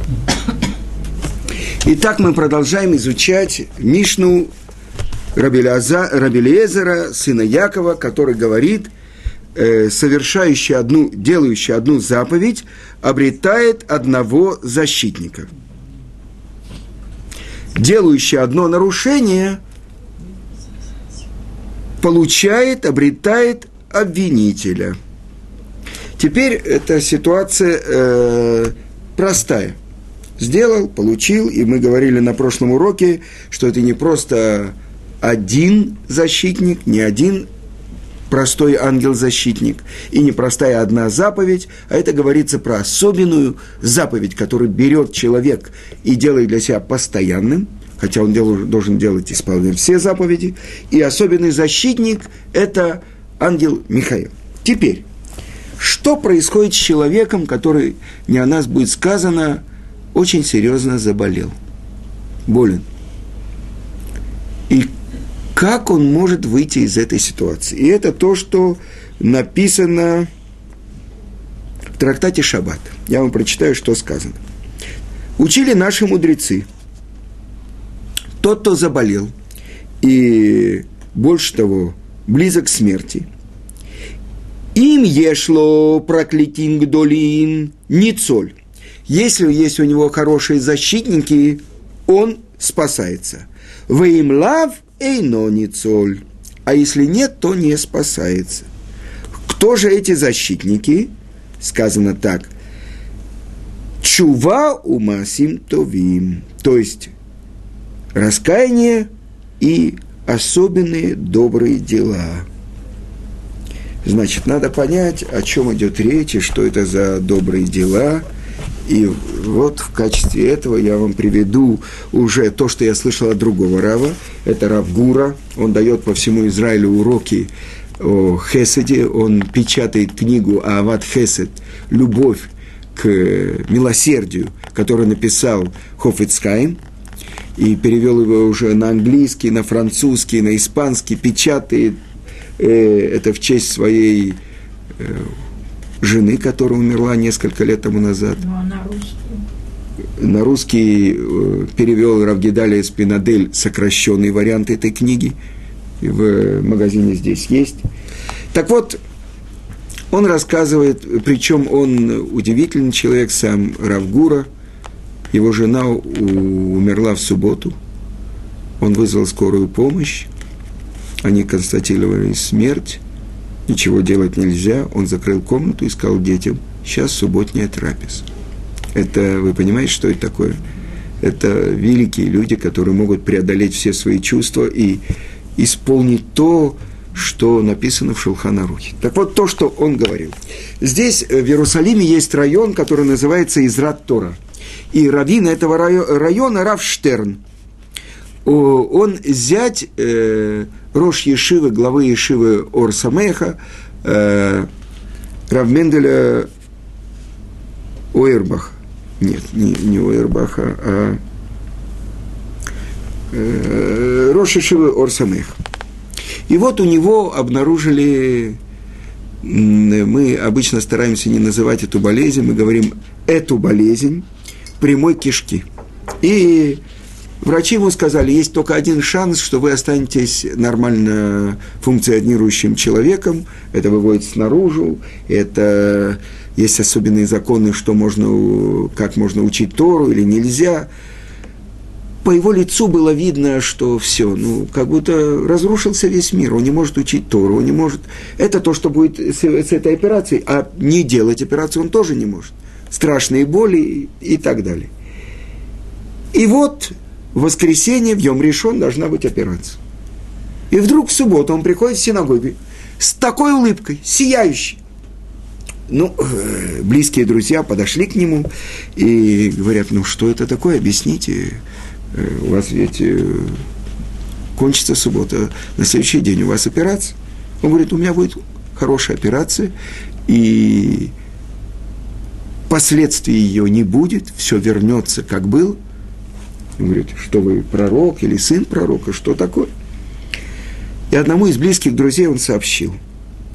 Итак, мы продолжаем изучать Мишну Раби Элиэзера, сына Якова, который говорит, делающий одну заповедь, обретает одного защитника. Делающий одно нарушение обретает обвинителя. Теперь эта ситуация простая. Сделал, получил, и мы говорили на прошлом уроке, что это не просто один защитник, не один простой ангел-защитник, и не простая одна заповедь, а это говорится про особенную заповедь, которую берет человек и делает для себя постоянным, хотя он должен делать, исполнять все заповеди, и особенный защитник – это ангел Михаил. Теперь, что происходит с человеком, который, не о нас будет сказано, очень серьезно заболел, болен? И как он может выйти из этой ситуации? И это то, что написано в трактате Шаббат. Я вам прочитаю, что сказано. Учили наши мудрецы. Тот, кто заболел, и больше того, близок к смерти, им ешло проклятин гдолин ницоль. Если есть у него хорошие защитники, он спасается. Веим лав эйно ницоль. А если нет, то не спасается. Кто же эти защитники? Сказано так. Чува умасим товим. То есть, раскаяние и особенные добрые дела. Значит, надо понять, о чем идет речь, и что это за добрые дела. И вот в качестве этого я вам приведу уже то, что я слышал от другого рава. Это рав Гура. Он дает по всему Израилю уроки о Хеседе. Он печатает книгу Аават Хесед «Любовь к милосердию», которую написал Хофец Хаим. И перевел его уже на английский, на французский, на испанский. Печатает это в честь своей жены, которая умерла несколько лет тому назад. Ну, а на русский? На русский перевел рав Гедалия Спинадель сокращенный вариант этой книги. В магазине здесь есть. Так вот, он рассказывает, причем он удивительный человек, сам рав Гура. Его жена умерла в субботу. Он вызвал скорую помощь. Они констатировали смерть. Ничего делать нельзя. Он закрыл комнату и сказал детям: сейчас субботняя трапеза. Это, вы понимаете, что это такое? Это великие люди, которые могут преодолеть все свои чувства и исполнить то, что написано в Шулхан Арухе. Так вот, то, что он говорил. Здесь, в Иерусалиме, есть район, который называется Израт Тора. И раввин этого района Рав Штерн. Он зять рош Ешивы, главы Ешивы Ор Самеха, Рав Менделя Ойербаха. Нет, не Ойербаха, а рош Ешивы Ор Самеха. И вот у него обнаружили, мы обычно стараемся не называть эту болезнь, мы говорим эту болезнь прямой кишки. И врачи ему сказали, есть только один шанс, что вы останетесь нормально функционирующим человеком, это выводится наружу, это есть особенные законы, что можно, как можно учить Тору или нельзя. По его лицу было видно, что все, как будто разрушился весь мир, он не может учить Тору, он не может. Это то, что будет с этой операцией, а не делать операцию он тоже не может. Страшные боли и так далее. И вот в воскресенье, в Йом Ришон должна быть операция. И вдруг в субботу он приходит в синагогу с такой улыбкой, сияющей. Близкие друзья подошли к нему и говорят: что это такое, объясните, у вас ведь кончится суббота, на следующий день у вас операция. Он говорит: у меня будет хорошая операция, и последствий ее не будет, все вернется, как было. Он говорит: что вы, пророк или сын пророка, что такое? И одному из близких друзей он сообщил,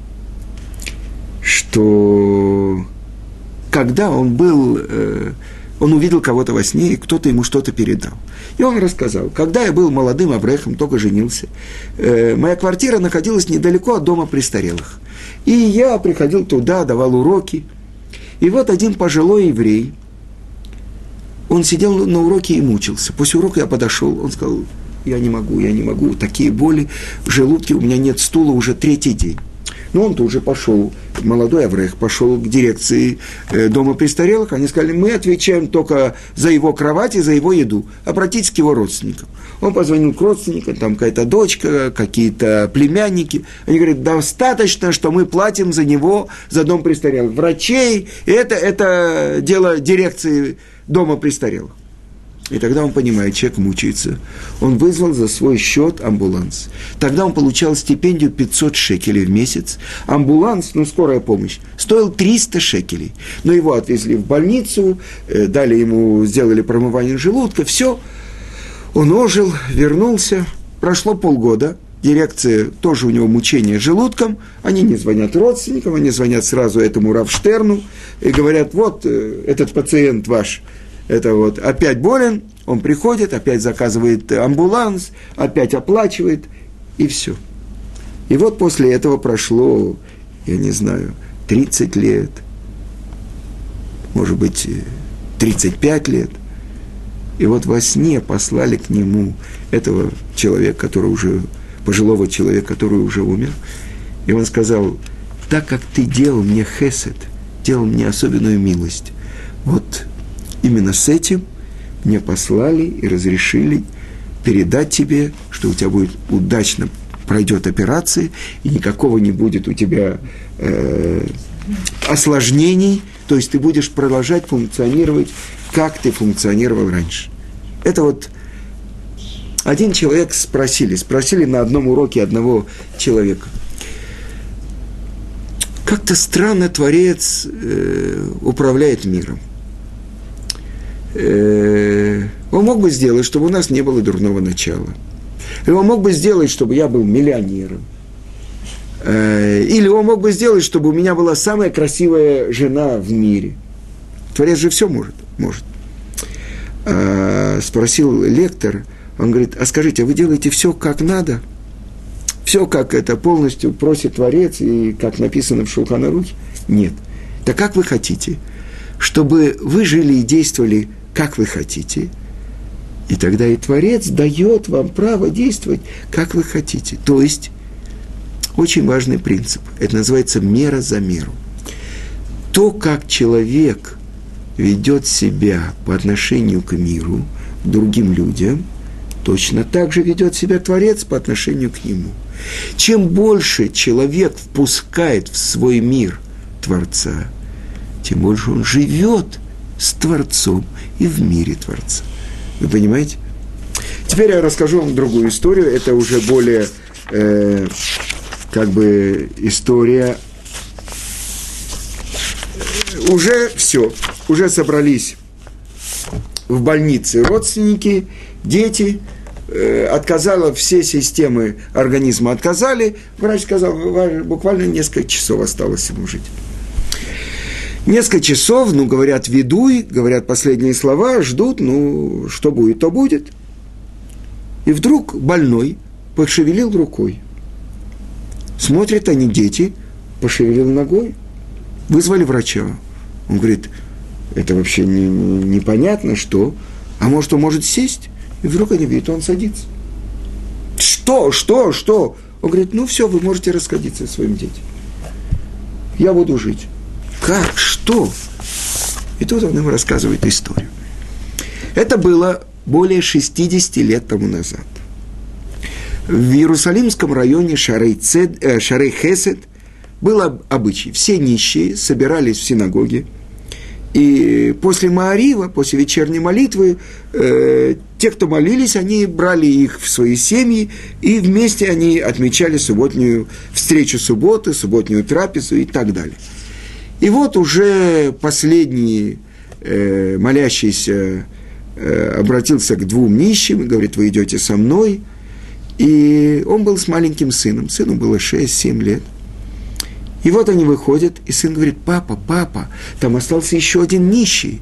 что когда он был Он увидел кого-то во сне, и кто-то ему что-то передал. И он рассказал, когда я был молодым аврехом, только женился, моя квартира находилась недалеко от дома престарелых. И я приходил туда, давал уроки. И вот один пожилой еврей, он сидел на уроке и мучился. После урока я подошел, он сказал, я не могу, такие боли в желудке, у меня нет стула уже 3-й день. Но он тут же пошел, молодой аврех, пошел к дирекции дома престарелых. Они сказали, мы отвечаем только за его кровать и за его еду. Обратитесь к его родственникам. Он позвонил к родственникам, там какая-то дочка, какие-то племянники. Они говорят, достаточно, что мы платим за него, за дом престарелых. Врачей, это дело дирекции дома престарелых. И тогда он понимает, человек мучается. Он вызвал за свой счет амбуланс. Тогда он получал стипендию 500 шекелей в месяц. Амбуланс, скорая помощь, стоил 300 шекелей. Но его отвезли в больницу, дали ему, сделали промывание желудка, все. Он ожил, вернулся. Прошло полгода. Дирекция, тоже у него мучение с желудком. Они не звонят родственникам, они звонят сразу этому Рав Штерну и говорят, вот этот пациент ваш, это вот опять болен, он приходит, опять заказывает амбуланс, опять оплачивает, и все. И вот после этого прошло, я не знаю, 30 лет, может быть, 35 лет. И вот во сне послали к нему этого человека, который уже, пожилого человека, который уже умер. И он сказал, так как ты делал мне хесед, делал мне особенную милость, вот именно с этим мне послали и разрешили передать тебе, что у тебя будет удачно пройдет операция, и никакого не будет у тебя осложнений, то есть ты будешь продолжать функционировать, как ты функционировал раньше. Это вот один человек спросили на одном уроке одного человека. Как-то странно Творец управляет миром. Он мог бы сделать, чтобы у нас не было дурного начала. Или он мог бы сделать, чтобы я был миллионером. Или он мог бы сделать, чтобы у меня была самая красивая жена в мире. Творец же все может. Спросил лектор, он говорит, а скажите, а вы делаете все как надо? Все как это полностью просит Творец и как написано в Шулхан Арухе? Нет. Так как вы хотите? Чтобы вы жили и действовали, как вы хотите, и тогда и Творец дает вам право действовать, как вы хотите. То есть, очень важный принцип. Это называется мера за меру. То, как человек ведет себя по отношению к миру, к другим людям, точно так же ведет себя Творец по отношению к нему. Чем больше человек впускает в свой мир Творца, тем больше он живет с Творцом и в мире Творца. Вы понимаете? Теперь я расскажу вам другую историю. Это уже более, история. Уже все. Уже собрались в больнице родственники, дети. Отказала, все системы организма отказали. Врач сказал, буквально несколько часов осталось ему жить. Несколько часов, говорят, ведуй, говорят последние слова, ждут, что будет, то будет. И вдруг больной пошевелил рукой. Смотрят они, дети, пошевелил ногой. Вызвали врача. Он говорит, это вообще непонятно, что. А может, он может сесть? И вдруг они видят, он садится. Что? Он говорит, все, вы можете расходиться со своим детям. Я буду жить. Как? Что? И тут он им рассказывает историю. Это было более 60 лет тому назад. В Иерусалимском районе Шарей Хесед был обычай. Все нищие собирались в синагоге. И после Маарива, после вечерней молитвы, те, кто молились, они брали их в свои семьи, и вместе они отмечали субботнюю встречу субботы, субботнюю трапезу и так далее. И вот уже последний молящийся обратился к двум нищим и говорит, вы идете со мной. И он был с маленьким сыном, сыну было 6-7 лет. И вот они выходят, и сын говорит, папа, там остался еще один нищий.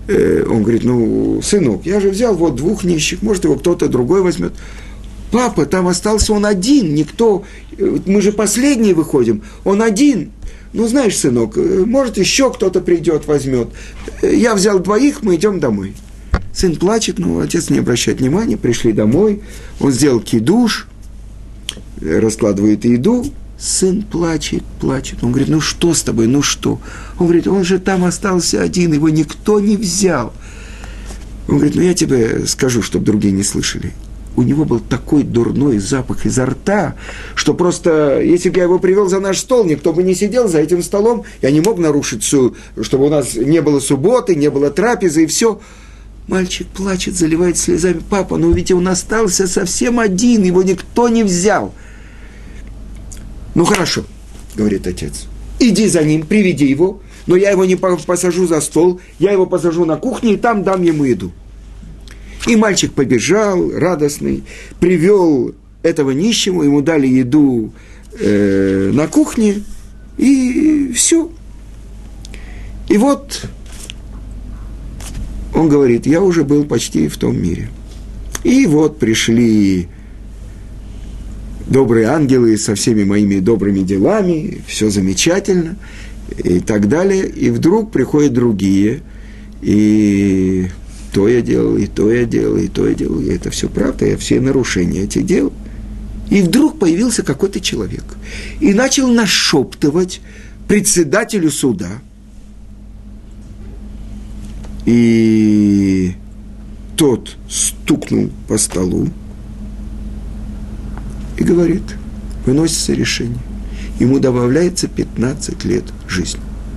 Он говорит, ну, сынок, я же взял вот 2 нищих, может, его кто-то другой возьмет. Папа, там остался он один, никто, мы же последние выходим, он один. Ну, знаешь, сынок, может, еще кто-то придет, возьмет. Я взял 2, мы идем домой. Сын плачет, но отец не обращает внимания, пришли домой, он сделал кидуш, раскладывает еду, сын плачет. Он говорит, ну что с тобой, ну что? Он говорит, он же там остался один, его никто не взял. Он говорит, ну я тебе скажу, чтобы другие не слышали. У него был такой дурной запах изо рта, что просто, если бы я его привел за наш стол, никто бы не сидел за этим столом, я не мог нарушить, чтобы у нас не было субботы, не было трапезы и все. Мальчик плачет, заливает слезами, папа, ну ведь он остался совсем один, его никто не взял. Ну хорошо, говорит отец, иди за ним, приведи его, но я его не посажу за стол, я его посажу на кухне и там дам ему еду. И мальчик побежал, радостный, привел этого нищего, ему дали еду на кухне, и все. И вот он говорит, я уже был почти в том мире. И вот пришли добрые ангелы со всеми моими добрыми делами, все замечательно, и так далее. И вдруг приходят другие, и то я делал, и то я делал, и то я делал. И это все правда, я все нарушения эти делал. И вдруг появился какой-то человек и начал нашептывать председателю суда. И тот стукнул по столу и говорит, выносится решение. Ему добавляется 15 лет жизни.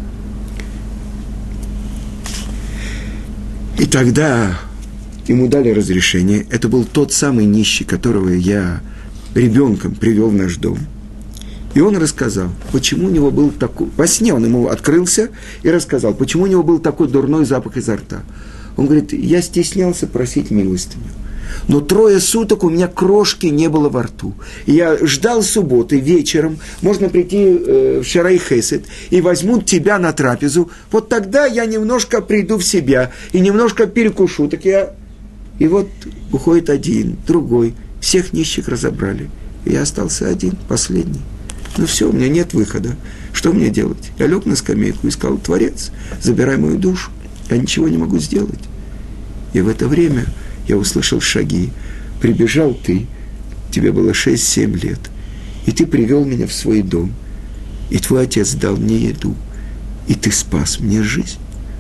И тогда ему дали разрешение. Это был тот самый нищий, которого я ребенком привел в наш дом. И он рассказал, почему у него был такой... Во сне он ему открылся и рассказал, почему у него был такой дурной запах изо рта. Он говорит, я стеснялся просить милостыню. Но 3 суток у меня крошки не было во рту. И я ждал субботы вечером, можно прийти в Шарай Хесед, и возьмут тебя на трапезу. Вот тогда я немножко приду в себя и немножко перекушу. Так я... И вот уходит один, другой. Всех нищих разобрали. И я остался один, последний. Ну все, у меня нет выхода. Что мне делать? Я лег на скамейку и сказал, Творец, забирай мою душу. Я ничего не могу сделать. И в это время я услышал шаги. Прибежал ты, тебе было 6-7 лет, и ты привел меня в свой дом. И твой отец дал мне еду, и ты спас мне жизнь.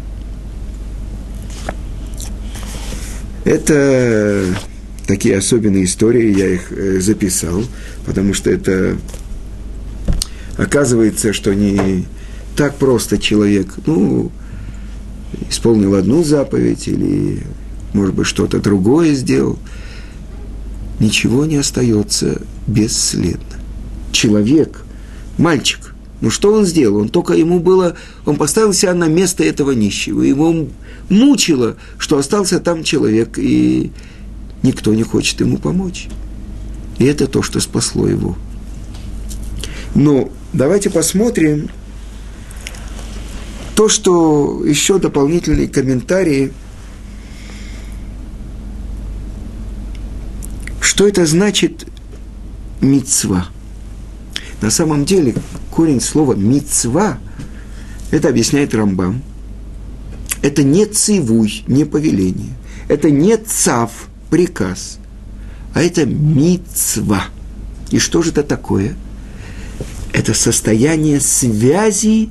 Это такие особенные истории, я их записал, потому что это... Оказывается, что не так просто человек, исполнил одну заповедь или, может быть, что-то другое сделал. Ничего не остается бесследно. Человек, мальчик, что он сделал? Он поставил себя на место этого нищего. Его мучило, что остался там человек, и никто не хочет ему помочь. И это то, что спасло его. Но давайте посмотрим то, что еще дополнительные комментарии. Что это значит мицва? На самом деле корень слова мицва, это объясняет Рамбам. Это не цивуй, не повеление. Это не цав, приказ. А это мицва. И что же это такое? Это состояние связи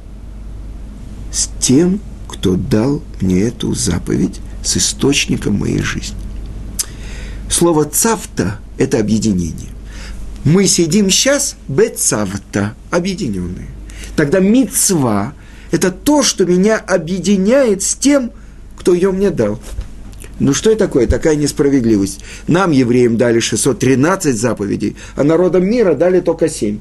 с тем, кто дал мне эту заповедь, с источником моей жизни. Слово «цавта» – это объединение. Мы сидим сейчас бецавта, объединенные. Тогда мицва – это то, что меня объединяет с тем, кто ее мне дал. Ну что это такое? Такая несправедливость. Нам, евреям, дали 613 заповедей, а народам мира дали только 7.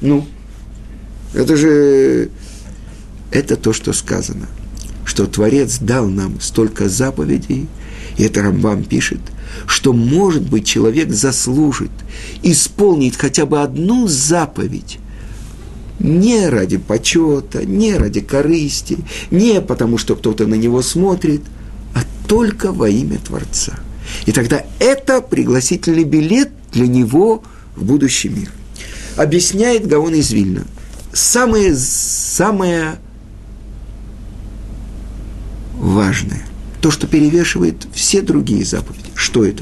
Это то, что сказано, что Творец дал нам столько заповедей, и это Рамбам пишет, что, может быть, человек заслужит исполнить хотя бы одну заповедь Не ради почета, не ради корысти, не потому, что кто-то на него смотрит, а только во имя Творца. И тогда это пригласительный билет для него в будущий мир. Объясняет Гаон из Вильна. Самое важное, то, что перевешивает все другие заповеди. Что это?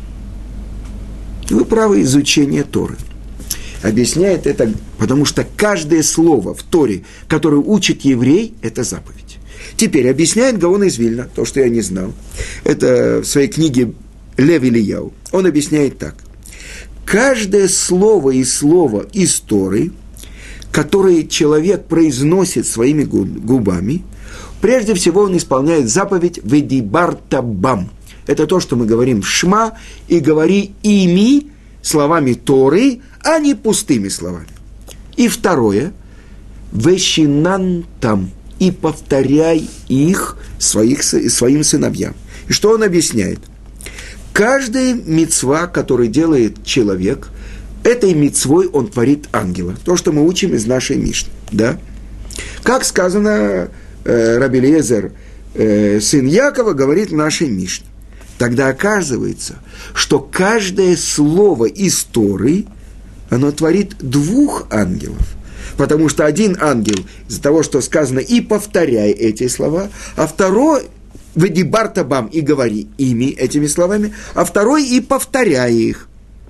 Вы правы, изучение Торы. Объясняет это, потому что каждое слово в Торе, которое учит еврей, это заповедь. Теперь объясняет Гаон из Вильна, то, что я не знал. Это в своей книге Лев Ильяу. Он объясняет так. Каждое слово из Торы, которое человек произносит своими губами, прежде всего он исполняет заповедь «Ведибарта бам». Это то, что мы говорим в Шма, и говори ими, словами Торы, а не пустыми словами. И второе, «Вешинантам», и повторяй их своим сыновьям. И что он объясняет? Каждая мицва, которую делает человек, этой мицвой он творит ангела. То, что мы учим из нашей Мишны. Да? Как сказано, Раби Элиэзер, сын Якова, говорит в нашей Мишне. Тогда оказывается, что каждое слово из Торы, оно творит двух ангелов. Потому что один ангел из-за того, что сказано «и повторяй эти слова», а второй «ведибарта бам» и говори ими, этими словами, а второй «и повторяй их».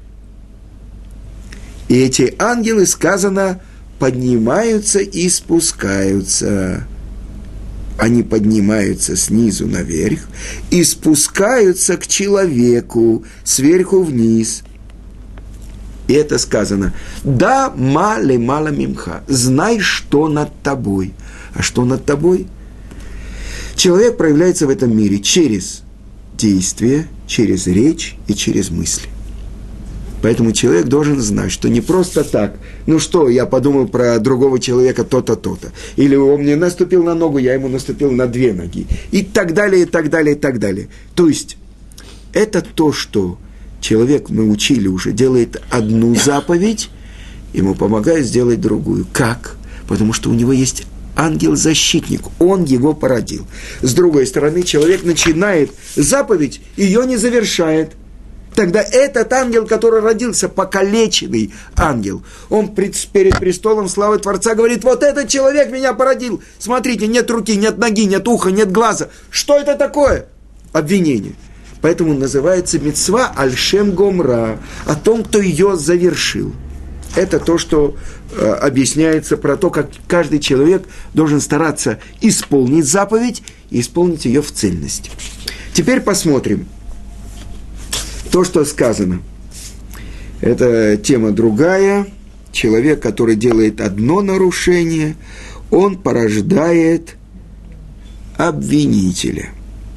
И эти ангелы, сказано, поднимаются и спускаются. Они поднимаются снизу наверх и спускаются к человеку сверху вниз. И это сказано: «Да ма ле мала мимха», знай, что над тобой. А что над тобой? Человек проявляется в этом мире через действие, через речь и через мысли. Поэтому человек должен знать, что не просто так, ну что, я подумал про другого человека то-то, то-то. Или он мне наступил на ногу, я ему наступил на 2 ноги. И так далее, и так далее, и так далее. То есть, это то, что человек, мы учили уже, делает одну заповедь, ему помогает сделать другую. Как? Потому что у него есть ангел-защитник, он его породил. С другой стороны, человек начинает заповедь, ее не завершает. Тогда этот ангел, который родился, покалеченный ангел, он перед престолом славы Творца говорит: вот этот человек меня породил. Смотрите, нет руки, нет ноги, нет уха, нет глаза. Что это такое? Обвинение. Поэтому называется мицва аль-шем гомра, о том, кто ее завершил. Это то, что объясняется про то, как каждый человек должен стараться исполнить заповедь и исполнить ее в цельности. Теперь посмотрим. То, что сказано, это тема другая. Человек, который делает одно нарушение, он порождает обвинителя.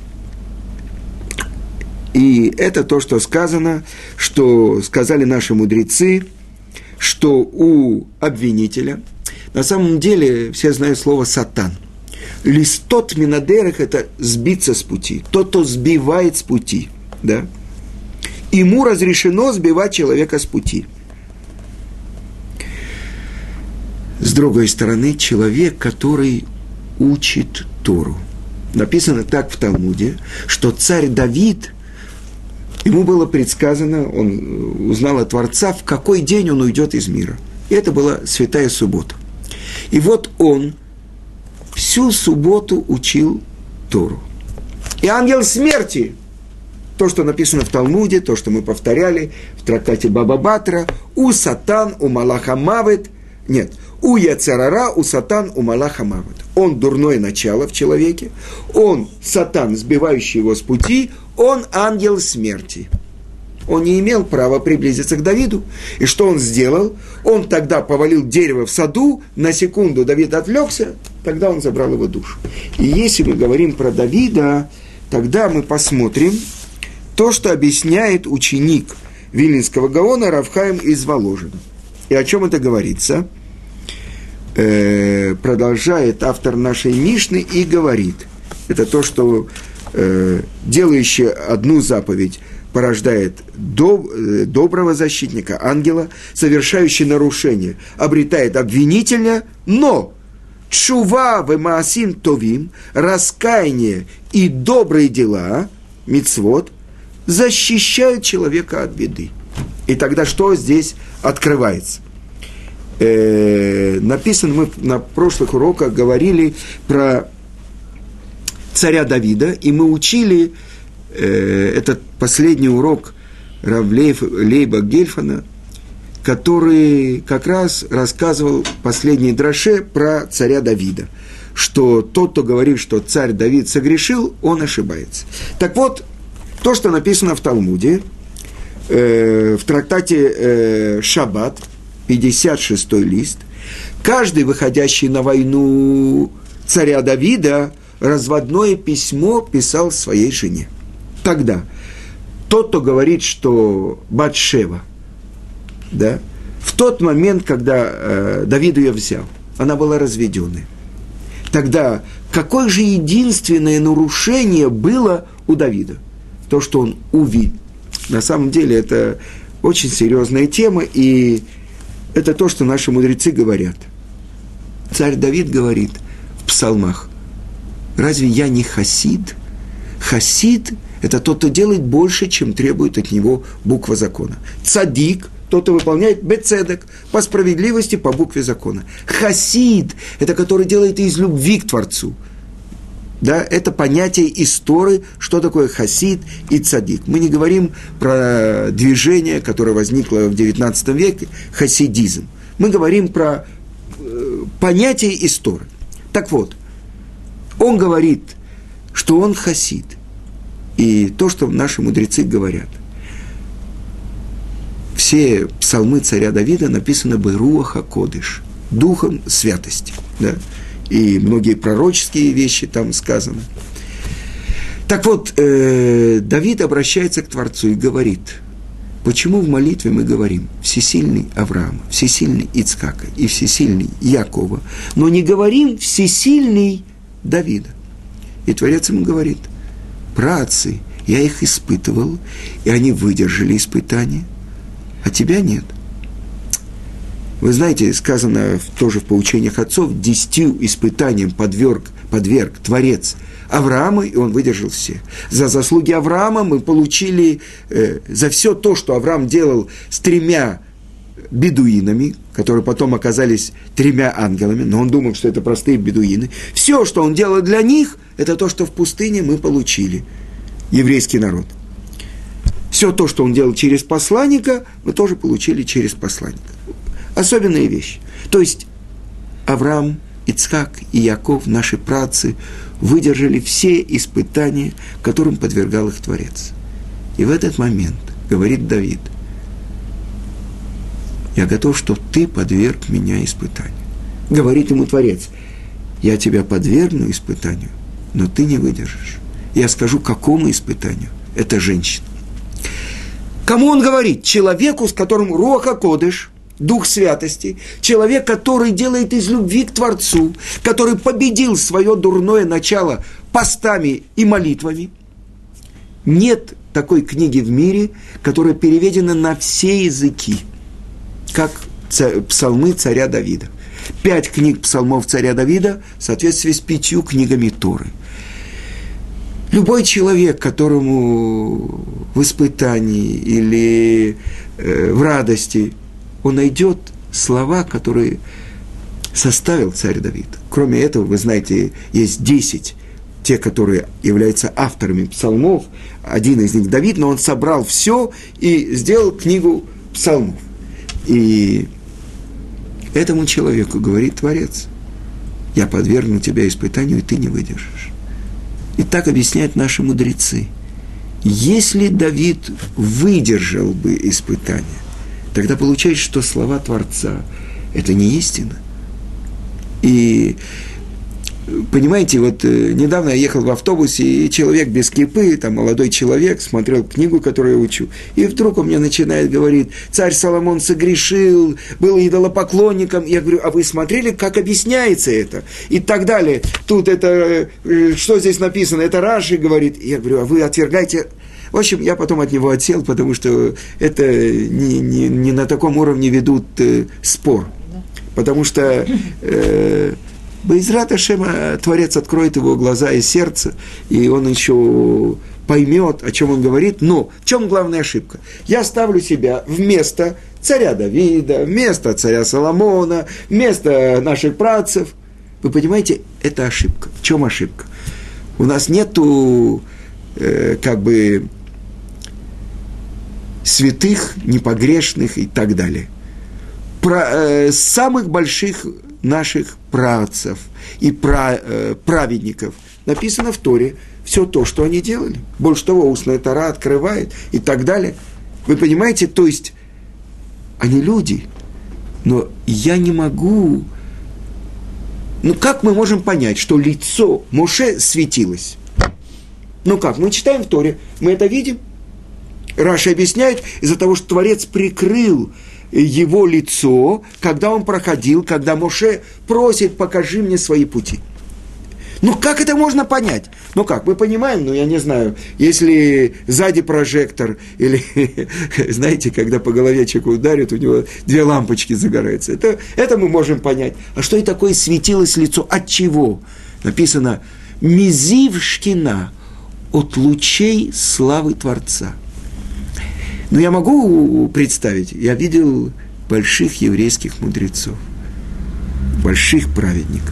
И это то, что сказано, что сказали наши мудрецы, что у обвинителя, на самом деле, все знают слово «сатан». Листот минадерах – это сбиться с пути, тот, кто сбивает с пути, да? Ему разрешено сбивать человека с пути. С другой стороны, человек, который учит Тору. Написано так в Талмуде, что царь Давид, ему было предсказано, он узнал от Творца, в какой день он уйдет из мира. И это была Святая Суббота. И вот он всю субботу учил Тору. И ангел смерти, то, что написано в Талмуде, то, что мы повторяли в трактате Баба Батра, у сатан, у малаха мавет, нет, у яцерара, у сатан, у малаха мавет. Он дурное начало в человеке, он сатан, сбивающий его с пути, он ангел смерти. Он не имел права приблизиться к Давиду. И что он сделал? Он тогда повалил дерево в саду, на секунду Давид отвлекся, тогда он забрал его душу. И если мы говорим про Давида, тогда мы посмотрим то, что объясняет ученик Вильнинского Гаона Рав Хаим из Воложина. И о чем это говорится? Продолжает автор нашей Мишны и говорит. Это то, что делающий одну заповедь порождает доброго защитника, ангела, совершающий нарушение, обретает обвинителя, но тшува вемаасим товим, раскаяние и добрые дела, мицвот, защищают человека от беды. И тогда что здесь открывается? Написано, мы на прошлых уроках говорили про царя Давида, и мы учили этот последний урок Рав Лейба Гельфана, который как раз рассказывал последний драше про царя Давида, что тот, кто говорит, что царь Давид согрешил, он ошибается. Так вот, то, что написано в Талмуде, в трактате «Шаббат», 56-й лист, каждый, выходящий на войну царя Давида, разводное письмо писал своей жене. Тогда тот, кто говорит, что Батшева, да, в тот момент, когда Давид ее взял, она была разведенной. Тогда какое же единственное нарушение было у Давида? То, что он увидел. На самом деле это очень серьезная тема, и это то, что наши мудрецы говорят. Царь Давид говорит в псалмах: разве я не хасид? Хасид – это тот, кто делает больше, чем требует от него буква закона. Цадик – тот, кто выполняет бецедек, по справедливости, по букве закона. Хасид – это который делает из любви к Творцу. Да, это понятие из Торы, что такое хасид и цадик. Мы не говорим про движение, которое возникло в XIX веке, хасидизм. Мы говорим про понятие из Торы. Так вот, он говорит, что он хасид. И то, что наши мудрецы говорят. Все псалмы царя Давида написаны «Беруах ха-кодеш», духом святости. Да? И многие пророческие вещи там сказаны. Так вот, Давид обращается к Творцу и говорит, почему в молитве мы говорим «Всесильный Авраама», «Всесильный Ицхака» и «Всесильный Якова», но не говорим «Всесильный Давида». И Творец ему говорит: праотцы, я их испытывал, и они выдержали испытания, а тебя нет. Вы знаете, сказано тоже в поучениях отцов, 10 испытаниям подверг Творец Авраама, и он выдержал все. За заслуги Авраама мы получили, за все то, что Авраам делал с 3 бедуинами, которые потом оказались 3 ангелами, но он думал, что это простые бедуины. Все, что он делал для них, это то, что в пустыне мы получили, еврейский народ. Все то, что он делал через посланника, мы тоже получили через посланника. Особенная вещь. То есть Авраам, Ицхак и Яков, наши праотцы, выдержали все испытания, которым подвергал их Творец. И в этот момент говорит Давид: я готов, что ты подверг меня испытанию. Говорит ему Творец: я тебя подвергну испытанию, но ты не выдержишь. Я скажу, какому испытанию? Это женщина. Кому он говорит? Человеку, с которым Руах ха-Кодеш, Дух Святости, человек, который делает из любви к Творцу, который победил свое дурное начало постами и молитвами. Нет такой книги в мире, которая переведена на все языки, как псалмы царя Давида. 5 книг псалмов царя Давида в соответствии с 5 книгами Торы. Любой человек, которому в испытании или в радости, он найдет слова, которые составил царь Давид. Кроме этого, вы знаете, есть 10, те, которые являются авторами псалмов. Один из них Давид, но он собрал все и сделал книгу псалмов. И этому человеку говорит Творец: я подвергну тебя испытанию, и ты не выдержишь. И так объясняют наши мудрецы. Если Давид выдержал бы испытание, тогда получается, что слова Творца – это не истина. И, понимаете, вот недавно я ехал в автобусе, и человек без кипы, там молодой человек, смотрел книгу, которую я учу, и вдруг он мне начинает говорить: царь Соломон согрешил, был идолопоклонником. Я говорю: а вы смотрели, как объясняется это? И так далее. Тут это, что здесь написано? Это Раши говорит. Я говорю: а вы отвергаете В общем, я потом от него отсел, потому что это не на таком уровне ведут спор. Потому что Бе'эзрат Ашем, Творец откроет его глаза и сердце, и он еще поймет, о чем он говорит. Но в чем главная ошибка? Я ставлю себя вместо царя Давида, вместо царя Соломона, вместо наших працев. Вы понимаете, это ошибка. В чем ошибка? У нас нету святых, непогрешных и так далее. Самых больших наших праотцев и праведников написано в Торе все то, что они делали. Больше того, устная Тора открывает и так далее. Вы понимаете, то есть они люди, но я не могу... Ну, как мы можем понять, что лицо Моше светилось? Ну как, мы читаем в Торе, мы это видим. Раши объясняет, из-за того, что Творец прикрыл его лицо, когда он проходил, когда Моше просит, покажи мне свои пути. Ну, как это можно понять? Ну, как, мы понимаем, ну, я не знаю, если сзади прожектор, или, знаете, когда по голове человека ударят, у него 2 лампочки загораются. Это мы можем понять. А что и такое светилось лицо? От чего? Написано, «Мизив шкина» от лучей славы Творца. Ну, я могу представить, я видел больших еврейских мудрецов, больших праведников.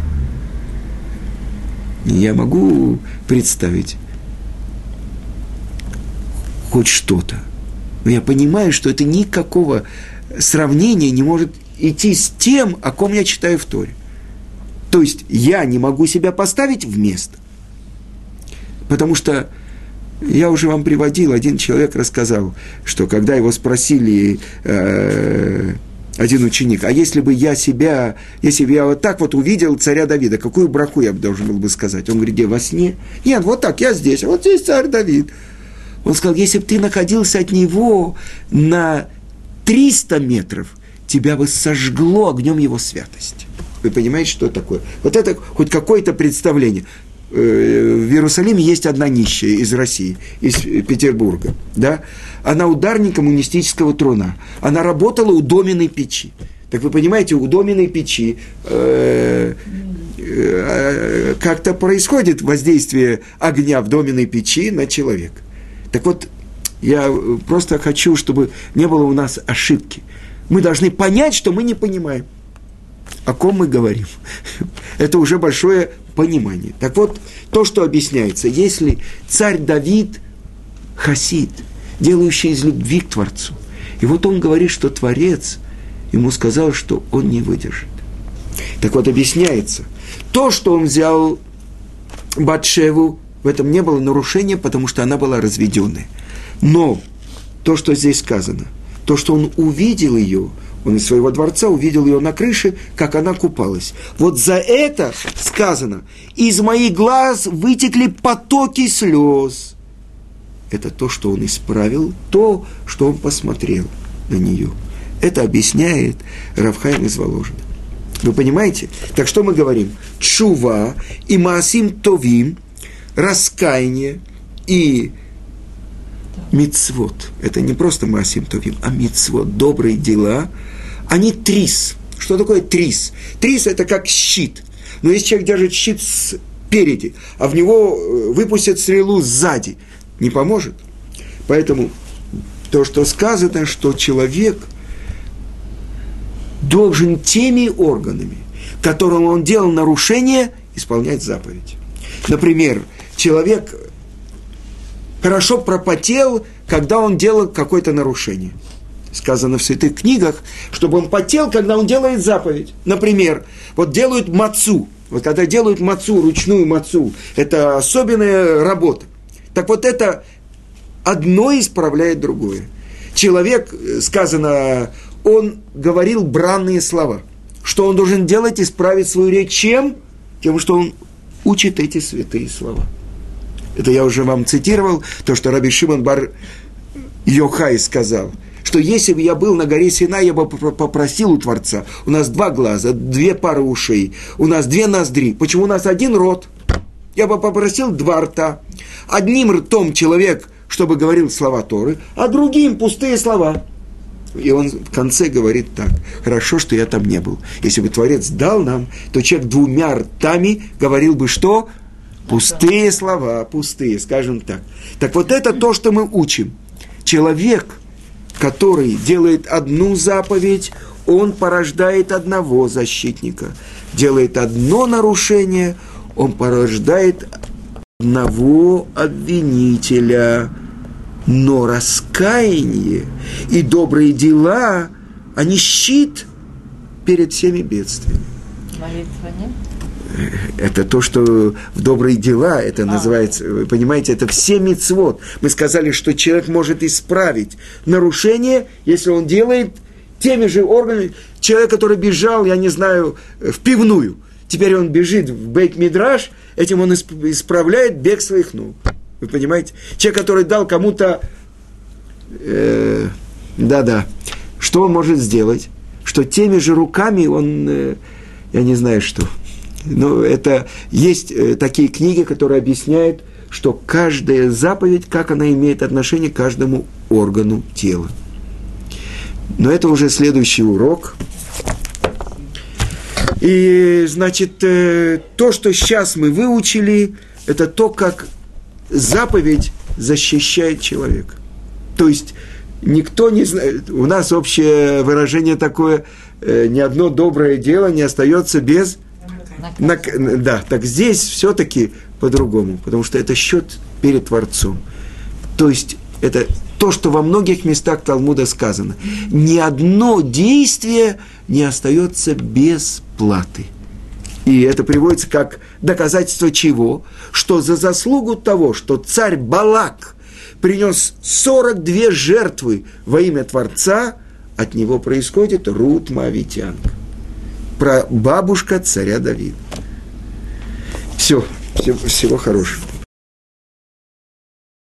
Я могу представить хоть что-то. Но я понимаю, что это никакого сравнения не может идти с тем, о ком я читаю в Торе. То есть я не могу себя поставить в место. Потому что я уже вам приводил, один человек рассказал, что когда его спросили... один ученик, а если бы я вот так вот увидел царя Давида, какую браху я должен был бы сказать? Он говорит, где, во сне? Нет, вот так, я здесь, вот здесь царь Давид. Он сказал, если бы ты находился от него на 300 метров, тебя бы сожгло огнем его святости. Вы понимаете, что это такое? Вот это хоть какое-то представление. В Иерусалиме есть одна нищая из России, из Петербурга, да? Она ударник коммунистического трона. Она работала у доменной печи. Так вы понимаете, у доменной печи как-то происходит воздействие огня в доменной печи на человека. Так вот, я просто хочу, чтобы не было у нас ошибки. Мы должны понять, что мы не понимаем, о ком мы говорим. Это уже большое понимание. Так вот, то, что объясняется, если царь Давид хасид, делающий из любви к Творцу, и вот он говорит, что Творец ему сказал, что он не выдержит. Так вот, объясняется, то, что он взял Батшеву, в этом не было нарушения, потому что она была разведенная. Но то, что здесь сказано, то, что он увидел ее, он из своего дворца увидел ее на крыше, как она купалась. Вот за это сказано, из моих глаз вытекли потоки слез. Это то, что он исправил, то, что он посмотрел на нее. Это объясняет Рав Хаим из Воложина. Вы понимаете? Так что мы говорим? Тшува и маасим товим, раскаяние и мицвот. Это не просто маасим товим, а мицвот, добрые дела. Они трис. Что такое трис? Трис – это как щит. Но если человек держит щит спереди, а в него выпустят стрелу сзади, не поможет. Поэтому то, что сказано, что человек должен теми органами, которым он делал нарушение, исполнять заповедь. Например, человек хорошо пропотел, когда он делал какое-то нарушение. Сказано в святых книгах, чтобы он потел, когда он делает заповедь. Например, вот делают мацу. Вот когда делают мацу, ручную мацу, это особенная работа. Так вот это одно исправляет другое. Человек, сказано, он говорил бранные слова. Что он должен делать? Исправить свою речь чем? Тем, что он учит эти святые слова. Это я уже вам цитировал, то, что Раби Шимон бар Йохай сказал, что если бы я был на горе Синай, я бы попросил у Творца, у нас 2 глаза, 2 пары ушей, у нас 2 ноздри. Почему у нас 1 рот? Я бы попросил 2 рта. Одним ртом человек чтобы говорил слова Торы, а другим пустые слова. И он в конце говорит так: хорошо, что я там не был. Если бы Творец дал нам, то человек двумя ртами говорил бы что? Пустые слова, пустые, скажем так. Так вот это то, что мы учим. Человек, который делает одну заповедь, он порождает одного защитника. Делает одно нарушение, он порождает одного обвинителя. Но раскаяние и добрые дела, они щит перед всеми бедствиями. Молитва нет? Это то, что в добрые дела, это называется, вы понимаете, это все мицвот. Мы сказали, что человек может исправить нарушение, если он делает теми же органами. Человек, который бежал, я не знаю, в пивную, теперь он бежит в бейт-мидраш, этим он исправляет бег своих ног. Вы понимаете? Человек, который дал кому-то, что он может сделать? Что теми же руками он, я не знаю что. Но это есть такие книги, которые объясняют, что каждая заповедь, как она имеет отношение к каждому органу тела. Но это уже следующий урок. И, значит, то, что сейчас мы выучили, это то, как заповедь защищает человека. То есть, никто не знает, у нас общее выражение такое, ни одно доброе дело не остается без... Да, так здесь все-таки по-другому, потому что это счет перед Творцом. То есть, это то, что во многих местах Талмуда сказано. Ни одно действие не остается без платы. И это приводится как доказательство чего? Что за заслугу того, что царь Балак принес 42 жертвы во имя Творца, от него происходит Рут Моавитянка, прабабушка царя Давида. Всего хорошего.